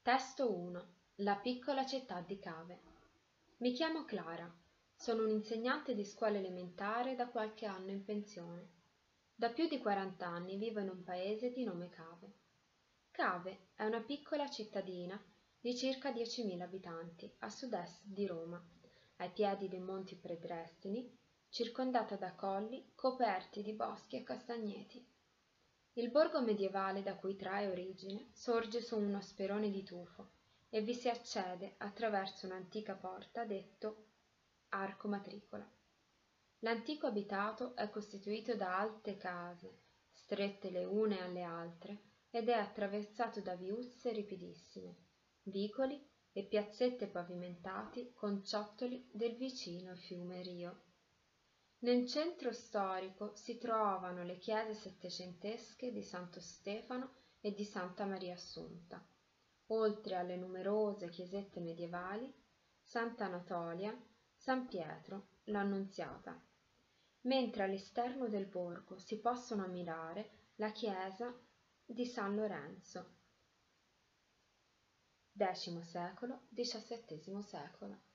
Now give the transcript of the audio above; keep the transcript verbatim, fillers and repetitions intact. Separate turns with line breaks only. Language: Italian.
Testo uno. La piccola città di Cave. Mi chiamo Clara, sono un'insegnante di scuola elementare da qualche anno in pensione. Da più di quaranta anni vivo in un paese di nome Cave. Cave è una piccola cittadina di circa diecimila abitanti a sud-est di Roma, ai piedi dei Monti Pregrestini, circondata da colli coperti di boschi e castagneti. Il borgo medievale da cui trae origine sorge su uno sperone di tufo e vi si accede attraverso un'antica porta detto arco matricola. L'antico abitato è costituito da alte case, strette le une alle altre, ed è attraversato da viuzze ripidissime, vicoli e piazzette pavimentati con ciottoli del vicino fiume Rio. Nel centro storico si trovano le chiese settecentesche di Santo Stefano e di Santa Maria Assunta, oltre alle numerose chiesette medievali, Sant'Anatolia, San Pietro, l'Annunziata, mentre all'esterno del borgo si possono ammirare la chiesa di San Lorenzo, X secolo, diciassettesimo secolo.